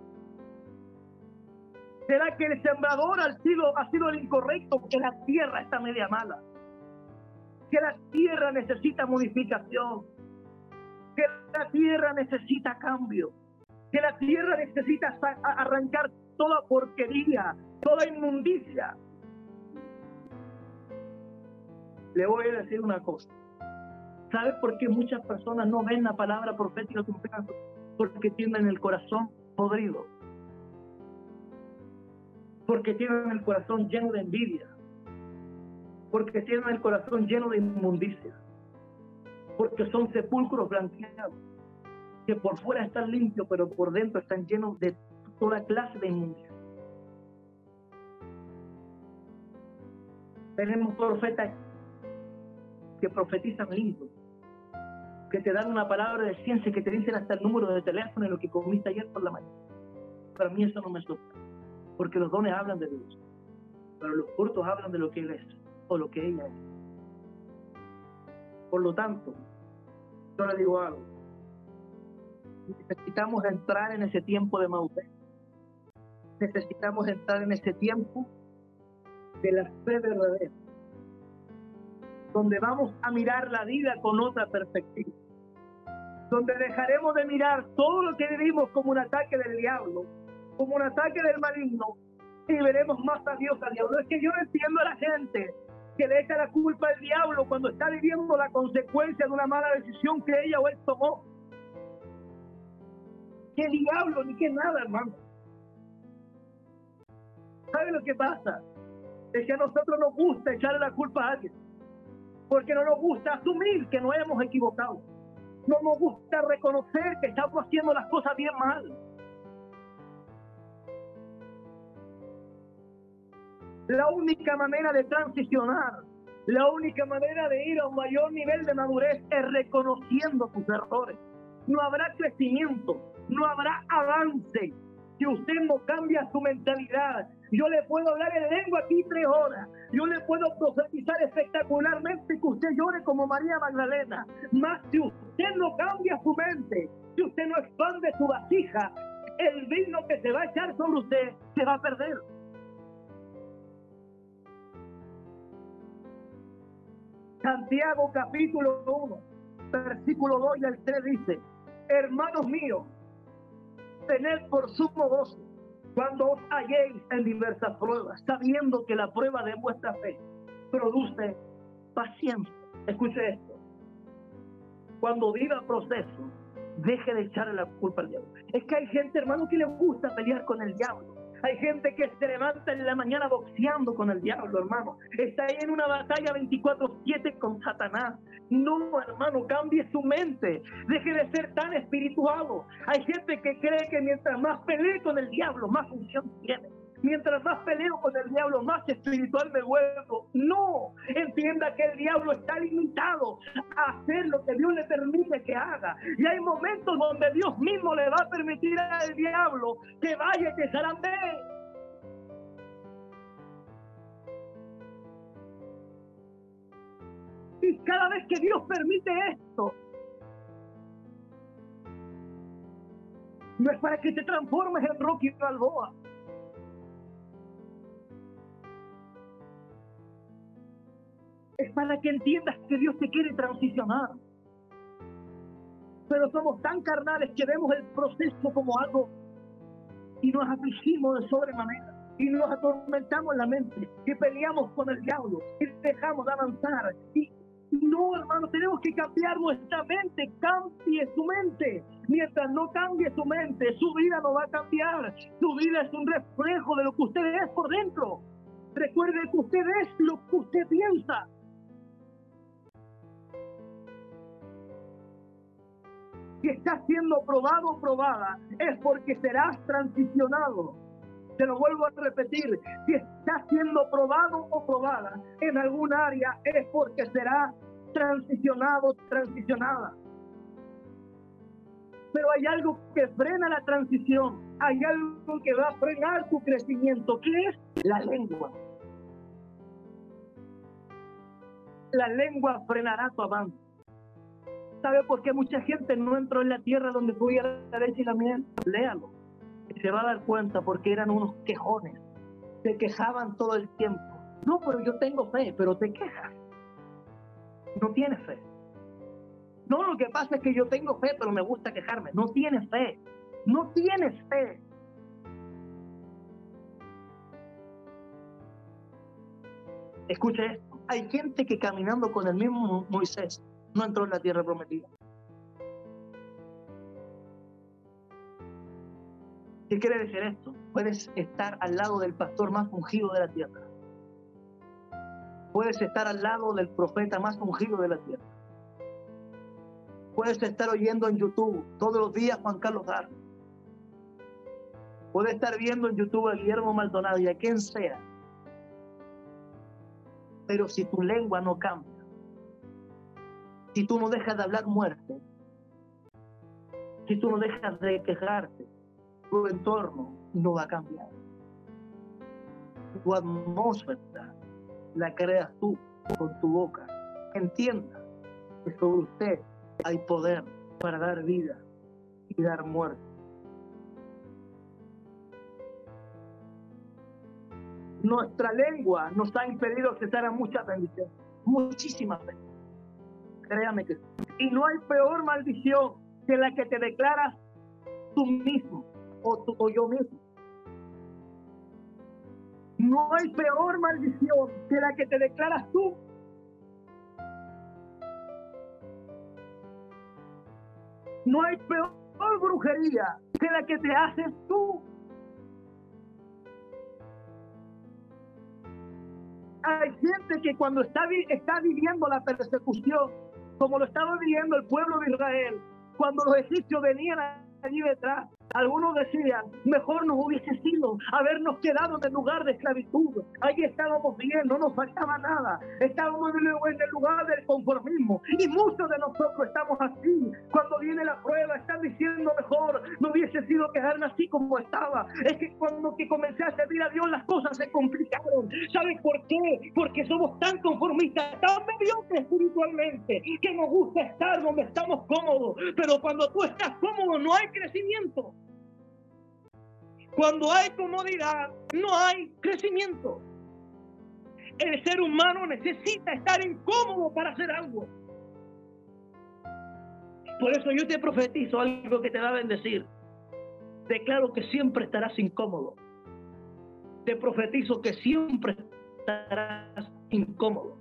¿Será que el sembrador ha sido, ha sido el incorrecto? Que la tierra está media mala. Que la tierra necesita modificación. Que la tierra necesita cambio, que la tierra necesita arrancar toda porquería, toda inmundicia. Le voy a decir una cosa: ¿Sabes por qué muchas personas no ven la palabra profética con fe? Porque tienen el corazón podrido. Porque tienen el corazón lleno de envidia. Porque tienen el corazón lleno de inmundicia. Porque son sepulcros blanqueados, que por fuera están limpios, pero por dentro están llenos de toda clase de inmundicia. Tenemos profetas que profetizan lindo, que te dan una palabra de ciencia, que te dicen hasta el número de teléfono y lo que comiste ayer por la mañana. Para mí eso no me sorprende, porque los dones hablan de Dios, pero los frutos hablan de lo que Él es o lo que ella es. Por lo tanto, yo le digo algo: necesitamos entrar en ese tiempo de madurez. Necesitamos entrar en ese tiempo de la fe verdadera, donde vamos a mirar la vida con otra perspectiva, donde dejaremos de mirar todo lo que vivimos como un ataque del diablo, como un ataque del maligno, y veremos más a Dios al diablo. Es que yo no entiendo a la gente que le echa la culpa al diablo cuando está viviendo la consecuencia de una mala decisión que ella o él tomó. ¿Qué diablo ni qué nada, hermano? ¿Sabe lo que pasa? Es que a nosotros nos gusta echarle la culpa a alguien, porque no nos gusta asumir que nos hemos equivocado. No nos gusta reconocer que estamos haciendo las cosas bien mal. La única manera de transicionar, la única manera de ir a un mayor nivel de madurez es reconociendo tus errores. No habrá crecimiento, no habrá avance si usted no cambia su mentalidad. Yo le puedo hablar en lengua aquí tres horas, yo le puedo profetizar espectacularmente que usted llore como María Magdalena, mas si usted no cambia su mente, si usted no expande su vasija, el vino que se va a echar sobre usted se va a perder. Santiago capítulo uno, versículo dos y al tres dice: hermanos míos, tened por sumo gozo cuando os halléis en diversas pruebas, sabiendo que la prueba de vuestra fe produce paciencia. Escuche esto: cuando viva proceso, deje de echarle la culpa al diablo. Es que hay gente, hermano, que le gusta pelear con el diablo. Hay gente que se levanta en la mañana boxeando con el diablo, hermano. Está ahí en una batalla veinticuatro siete con Satanás. No, hermano, cambie su mente. Deje de ser tan espirituado. Hay gente que cree que mientras más pelee con el diablo, más función tiene. Mientras más peleo con el diablo, más espiritual me vuelvo. No, entienda que el diablo está limitado a hacer lo que Dios le permite que haga. Y hay momentos donde Dios mismo le va a permitir al diablo que vaya y te zarandee. Y cada vez que Dios permite esto, no es para que te transformes en Rocky Balboa. Es para que entiendas que Dios te quiere transicionar. Pero somos tan carnales que vemos el proceso como algo y nos afligimos de sobremanera y nos atormentamos la mente y peleamos con el diablo y dejamos de avanzar. Y no, hermano, tenemos que cambiar nuestra mente. Cambie su mente. Mientras no cambie su mente, su vida no va a cambiar. Su vida es un reflejo de lo que usted es por dentro. Recuerde que usted es lo que usted piensa. Si estás siendo probado o probada, es porque serás transicionado. Te lo vuelvo a repetir: si estás siendo probado o probada en algún área, es porque serás transicionado, transicionada. Pero hay algo que frena la transición, hay algo que va a frenar tu crecimiento, que es la lengua. La lengua frenará tu avance. ¿Sabe por qué mucha gente no entró en la tierra donde fluía la leche y la miel? Léalo. Y se va a dar cuenta, porque eran unos quejones. Se quejaban todo el tiempo. No, pero yo tengo fe, pero te quejas. No tienes fe. No, lo que pasa es que yo tengo fe, pero me gusta quejarme. No tienes fe. No tienes fe. Escuche esto. Hay gente que caminando con el mismo Moisés no entró en la tierra prometida. ¿Qué quiere decir esto? Puedes estar al lado del pastor más ungido de la tierra. Puedes estar al lado del profeta más ungido de la tierra. Puedes estar oyendo en YouTube todos los días Juan Carlos Dar. Puedes estar viendo en YouTube a Guillermo Maldonado y a quien sea. Pero si tu lengua no cambia, si tú no dejas de hablar muerte, si tú no dejas de quejarte, tu entorno no va a cambiar. Tu atmósfera la creas tú con tu boca. Entienda que sobre usted hay poder para dar vida y dar muerte. Nuestra lengua nos ha impedido acceder a muchas bendiciones, muchísimas bendiciones. Créame que sí. Y no hay peor maldición que la que te declaras tú mismo o, tú, o yo mismo. No hay peor maldición que la que te declaras tú. No hay peor brujería que la que te haces tú. Hay gente que cuando está, vi está viviendo la persecución, como lo estaba viviendo el pueblo de Israel, cuando los egipcios venían allí detrás, algunos decían, mejor nos hubiese sido habernos quedado en el lugar de esclavitud. Allí estábamos bien, no nos faltaba nada. Estábamos en el lugar del conformismo. Y muchos de nosotros estamos así. Cuando viene la prueba, están diciendo, mejor no hubiese sido quedarme así como estaba. Es que cuando que comencé a servir a Dios, las cosas se complicaron. ¿Sabes por qué? Porque somos tan conformistas, tan mediocres espiritualmente, que nos gusta estar donde estamos cómodos. Pero cuando tú estás cómodo, no hay crecimiento. Cuando hay comodidad, no hay crecimiento. El ser humano necesita estar incómodo para hacer algo. Por eso yo te profetizo algo que te va a bendecir. Declaro que siempre estarás incómodo. Te profetizo que siempre estarás incómodo,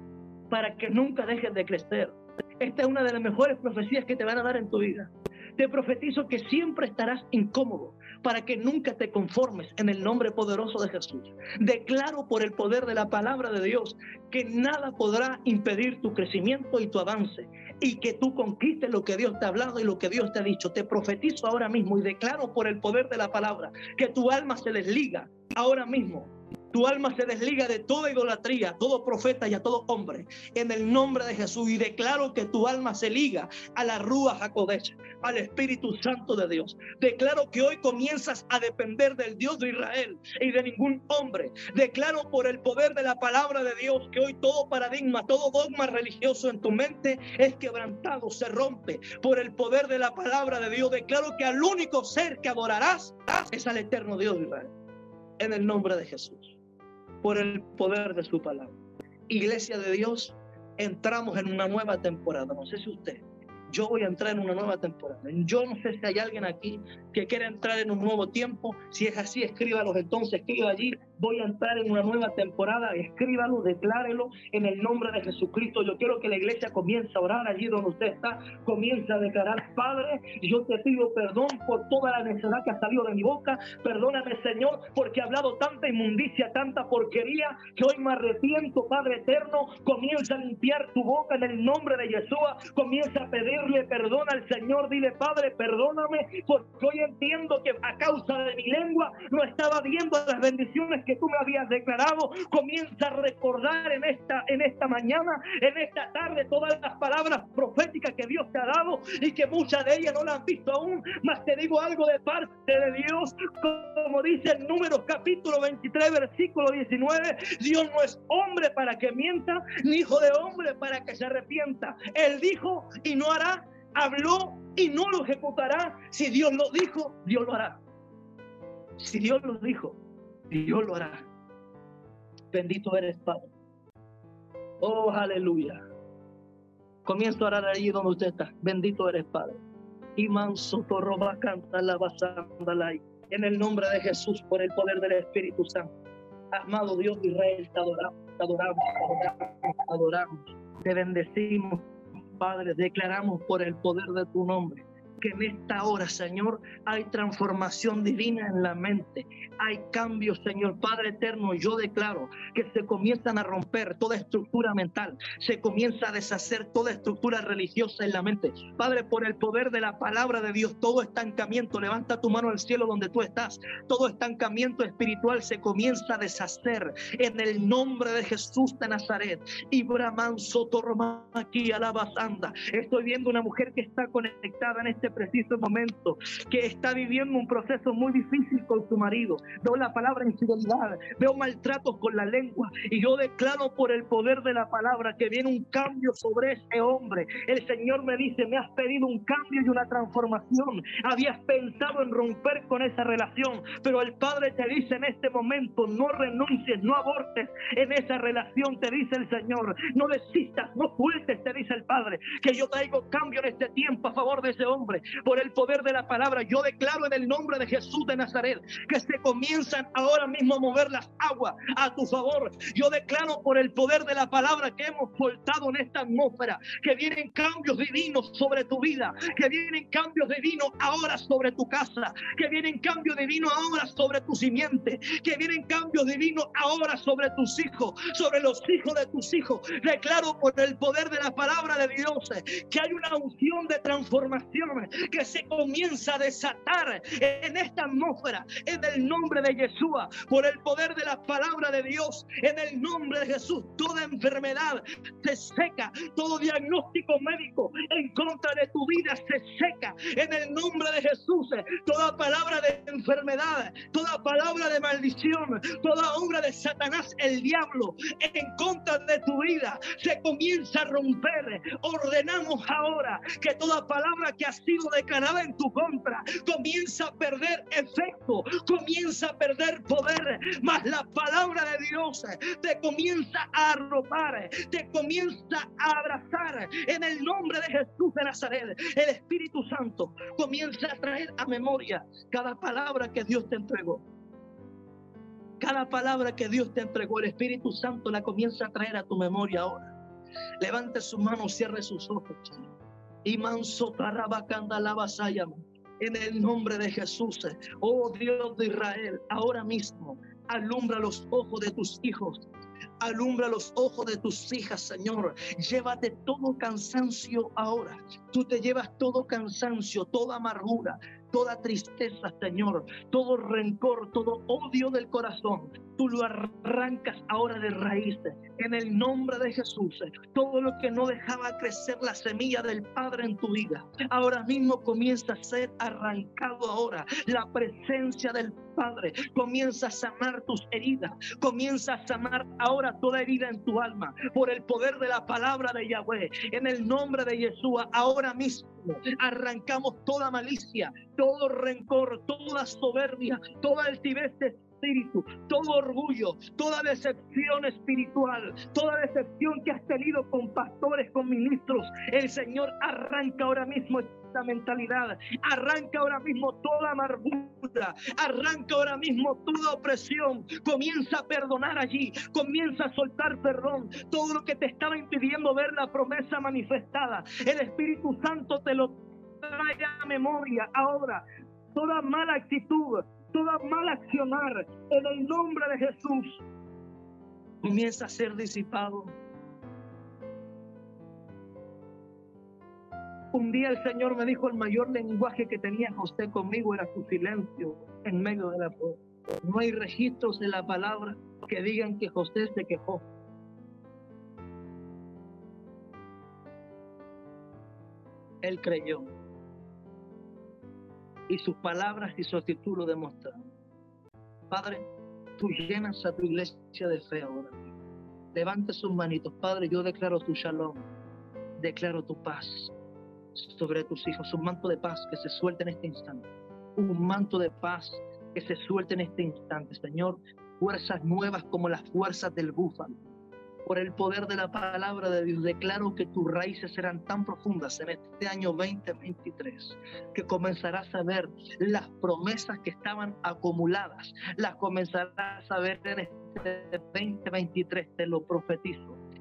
para que nunca dejes de crecer. Esta es una de las mejores profecías que te van a dar en tu vida. Te profetizo que siempre estarás incómodo, para que nunca te conformes en el nombre poderoso de Jesús. Declaro por el poder de la palabra de Dios que nada podrá impedir tu crecimiento y tu avance, y que tú conquistes lo que Dios te ha hablado y lo que Dios te ha dicho. Te profetizo ahora mismo y declaro por el poder de la palabra que tu alma se desliga ahora mismo. Tu alma se desliga de toda idolatría, a todo profeta y a todo hombre, en el nombre de Jesús. Y declaro que tu alma se liga a la Ruach HaKodesh, al Espíritu Santo de Dios. Declaro que hoy comienzas a depender del Dios de Israel y de ningún hombre. Declaro por el poder de la palabra de Dios que hoy todo paradigma, todo dogma religioso en tu mente es quebrantado, se rompe por el poder de la palabra de Dios. Declaro que al único ser que adorarás es al eterno Dios de Israel, en el nombre de Jesús, por el poder de su palabra. Iglesia de Dios, entramos en una nueva temporada. No sé si usted, yo voy a entrar en una nueva temporada. Yo no sé si hay alguien aquí que quiera entrar en un nuevo tiempo. Si es así, escríbalos entonces, escriba allí. Voy a entrar en una nueva temporada. Escríbalo, declárelo en el nombre de Jesucristo. Yo quiero que la iglesia comience a orar allí donde usted está. Comienza a declarar, Padre, yo te pido perdón por toda la necedad que ha salido de mi boca. Perdóname, Señor, porque he hablado tanta inmundicia, tanta porquería, que hoy me arrepiento, Padre eterno. Comienza a limpiar tu boca en el nombre de Yeshua. Comienza a pedirle perdón al Señor. Dile, Padre, perdóname, porque hoy entiendo que a causa de mi lengua no estaba viendo las bendiciones que tú me habías declarado. Comienza a recordar en esta, en esta mañana, en esta tarde, todas las palabras proféticas que Dios te ha dado y que muchas de ellas no las has visto aún, mas te digo algo de parte de Dios, como dice en Números capítulo veintitrés, versículo diecinueve, Dios no es hombre para que mienta, ni hijo de hombre para que se arrepienta. Él dijo y no hará, habló y no lo ejecutará. Si Dios lo dijo, Dios lo hará. Si Dios lo dijo, Dios lo hará. Bendito eres, Padre. Oh, aleluya. Comienzo a orar allí donde usted está. Bendito eres, Padre. Y manso torroba canta la basandalay. En el nombre de Jesús, por el poder del Espíritu Santo. Amado Dios de Israel, te adoramos, te adoramos, te adoramos, te adoramos. Te bendecimos, Padre, declaramos por el poder de tu nombre que en esta hora, Señor, hay transformación divina en la mente. Hay cambios, Señor Padre eterno. Yo declaro que se comienzan a romper toda estructura mental. Se comienza a deshacer toda estructura religiosa en la mente. Padre, por el poder de la palabra de Dios, todo estancamiento, levanta tu mano al cielo donde tú estás. Todo estancamiento espiritual se comienza a deshacer en el nombre de Jesús de Nazaret. Y Brahman Sotorma aquí alabasanda. Estoy viendo una mujer que está conectada en este preciso momento, que está viviendo un proceso muy difícil con su marido. Veo la palabra infidelidad, veo maltratos con la lengua, y yo declaro por el poder de la palabra que viene un cambio sobre ese hombre. El Señor me dice: me has pedido un cambio y una transformación. Habías pensado en romper con esa relación, pero el Padre te dice en este momento: no renuncies, no abortes en esa relación, te dice el Señor. No desistas, no sueltes, te dice el Padre, que yo traigo cambio en este tiempo a favor de ese hombre. Por el poder de la palabra, yo declaro en el nombre de Jesús de Nazaret que se comienzan ahora mismo a mover las aguas a tu favor. Yo declaro por el poder de la palabra que hemos soltado en esta atmósfera que vienen cambios divinos sobre tu vida, que vienen cambios divinos ahora sobre tu casa, que vienen cambios divinos ahora sobre tu simiente, que vienen cambios divinos ahora sobre tus hijos, sobre los hijos de tus hijos. Declaro por el poder de la palabra de Dios que hay una unción de transformación que se comienza a desatar en esta atmósfera, en el nombre de Yeshua, por el poder de la palabra de Dios, en el nombre de Jesús. Toda enfermedad se seca, todo diagnóstico médico en contra de tu vida se seca, en el nombre de Jesús. Toda palabra de enfermedad, toda palabra de maldición, toda obra de Satanás, el diablo, en contra de tu vida, se comienza a romper. Ordenamos ahora que toda palabra que ha sido declarada en tu contra comienza a perder efecto, comienza a perder poder, mas la palabra de Dios te comienza a arropar, te comienza a abrazar en el nombre de Jesús de Nazaret. El Espíritu Santo comienza a traer a memoria cada palabra que Dios te entregó. Cada palabra que Dios te entregó, el Espíritu Santo la comienza a traer a tu memoria ahora. Levante sus manos, cierre sus ojos. Y manso tarabacanda la vasalla. En el nombre de Jesús, oh Dios de Israel, ahora mismo alumbra los ojos de tus hijos, alumbra los ojos de tus hijas, Señor. Llévate todo cansancio ahora. Tú te llevas todo cansancio, toda amargura, toda tristeza, Señor, todo rencor, todo odio del corazón. Tú lo arrancas ahora de raíz, en el nombre de Jesús. Todo lo que no dejaba crecer la semilla del Padre en tu vida, ahora mismo comienza a ser arrancado ahora. La presencia del Padre comienza a sanar tus heridas, comienza a sanar ahora toda herida en tu alma, por el poder de la palabra de Yahweh. En el nombre de Yeshua, ahora mismo arrancamos toda malicia, todo rencor, toda soberbia, toda altivez de espíritu, todo orgullo, toda decepción espiritual, toda decepción que has tenido con pastores, con ministros. El Señor arranca ahora mismo esta mentalidad, arranca ahora mismo toda amargura, arranca ahora mismo toda opresión. Comienza a perdonar allí, comienza a soltar perdón, todo lo que te estaba impidiendo ver la promesa manifestada. El Espíritu Santo te lo trae a memoria ahora. Toda mala actitud, toda mala accionar, en el nombre de Jesús, comienza a ser disipado. Un día el Señor me dijo: el mayor lenguaje que tenía José conmigo era su silencio en medio de la prueba. No hay registros de la palabra que digan que José se quejó. Él creyó. Y sus palabras y su actitud lo demostraron. Padre, tú llenas a tu iglesia de fe ahora. Levante sus manitos. Padre, yo declaro tu shalom, declaro tu paz sobre tus hijos. Un manto de paz que se suelte en este instante. Un manto de paz que se suelte en este instante, Señor. Fuerzas nuevas como las fuerzas del búfalo. Por el poder de la palabra de Dios, declaro que tus raíces serán tan profundas en este año veinte veintitrés que comenzarás a ver las promesas que estaban acumuladas, las comenzarás a ver en este veinte veintitrés, te lo profetizo.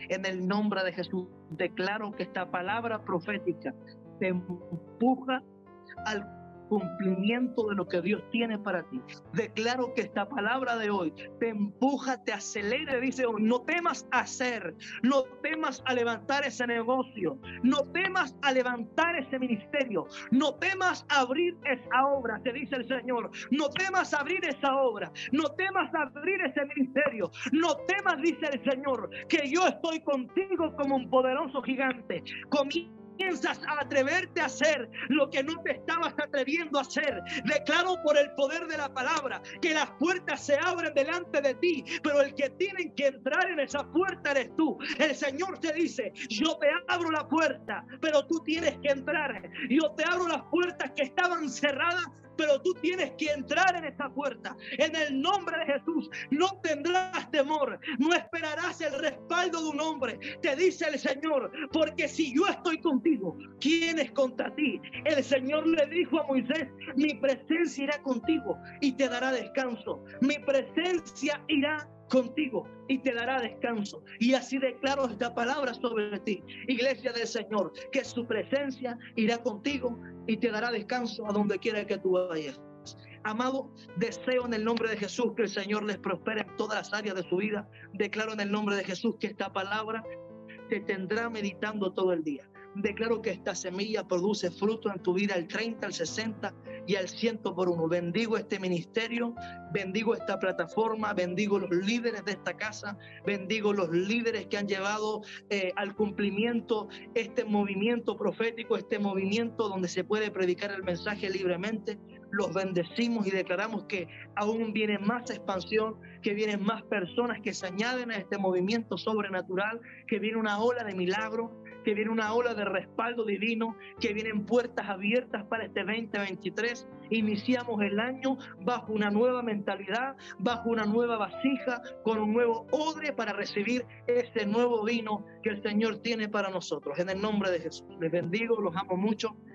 En el nombre de Jesús, declaro que esta palabra profética te empuja al cumplimiento de lo que Dios tiene para ti. Declaro que esta palabra de hoy te empuja, te acelera, dice, no temas a hacer, no temas a levantar ese negocio, no temas a levantar ese ministerio, no temas a abrir esa obra, te dice el Señor, no temas a abrir esa obra, no temas a abrir ese ministerio, no temas, dice el Señor, que yo estoy contigo como un poderoso gigante. Comienza Comienzas a atreverte a hacer lo que no te estabas atreviendo a hacer. Declaro por el poder de la palabra que las puertas se abren delante de ti, pero el que tiene que entrar en esa puerta eres tú. El Señor te dice, yo te abro la puerta, pero tú tienes que entrar. Yo te abro las puertas que estaban cerradas, pero tú tienes que entrar en esta puerta. En el nombre de Jesús, no tendrás temor, no esperarás el respaldo de un hombre, te dice el Señor, porque si yo estoy contigo, ¿quién es contra ti? El Señor le dijo a Moisés, mi presencia irá contigo y te dará descanso. Mi presencia irá contigo y te dará descanso. Y así declaro esta palabra sobre ti, iglesia del Señor, que su presencia irá contigo y te dará descanso a donde quiera que tú vayas. Amado, deseo en el nombre de Jesús que el Señor les prospere en todas las áreas de su vida. Declaro en el nombre de Jesús que esta palabra te tendrá meditando todo el día. Declaro que esta semilla produce fruto en tu vida al treinta, al sesenta y al cien por uno. Bendigo este ministerio, bendigo esta plataforma, bendigo los líderes de esta casa, bendigo los líderes que han llevado eh, al cumplimiento este movimiento profético, este movimiento donde se puede predicar el mensaje libremente. Los bendecimos y declaramos que aún viene más expansión, que vienen más personas que se añaden a este movimiento sobrenatural, que viene una ola de milagros, que viene una ola de respaldo divino, que vienen puertas abiertas para este veinte veintitrés. Iniciamos el año bajo una nueva mentalidad, bajo una nueva vasija, con un nuevo odre para recibir ese nuevo vino que el Señor tiene para nosotros. En el nombre de Jesús, les bendigo, los amo mucho.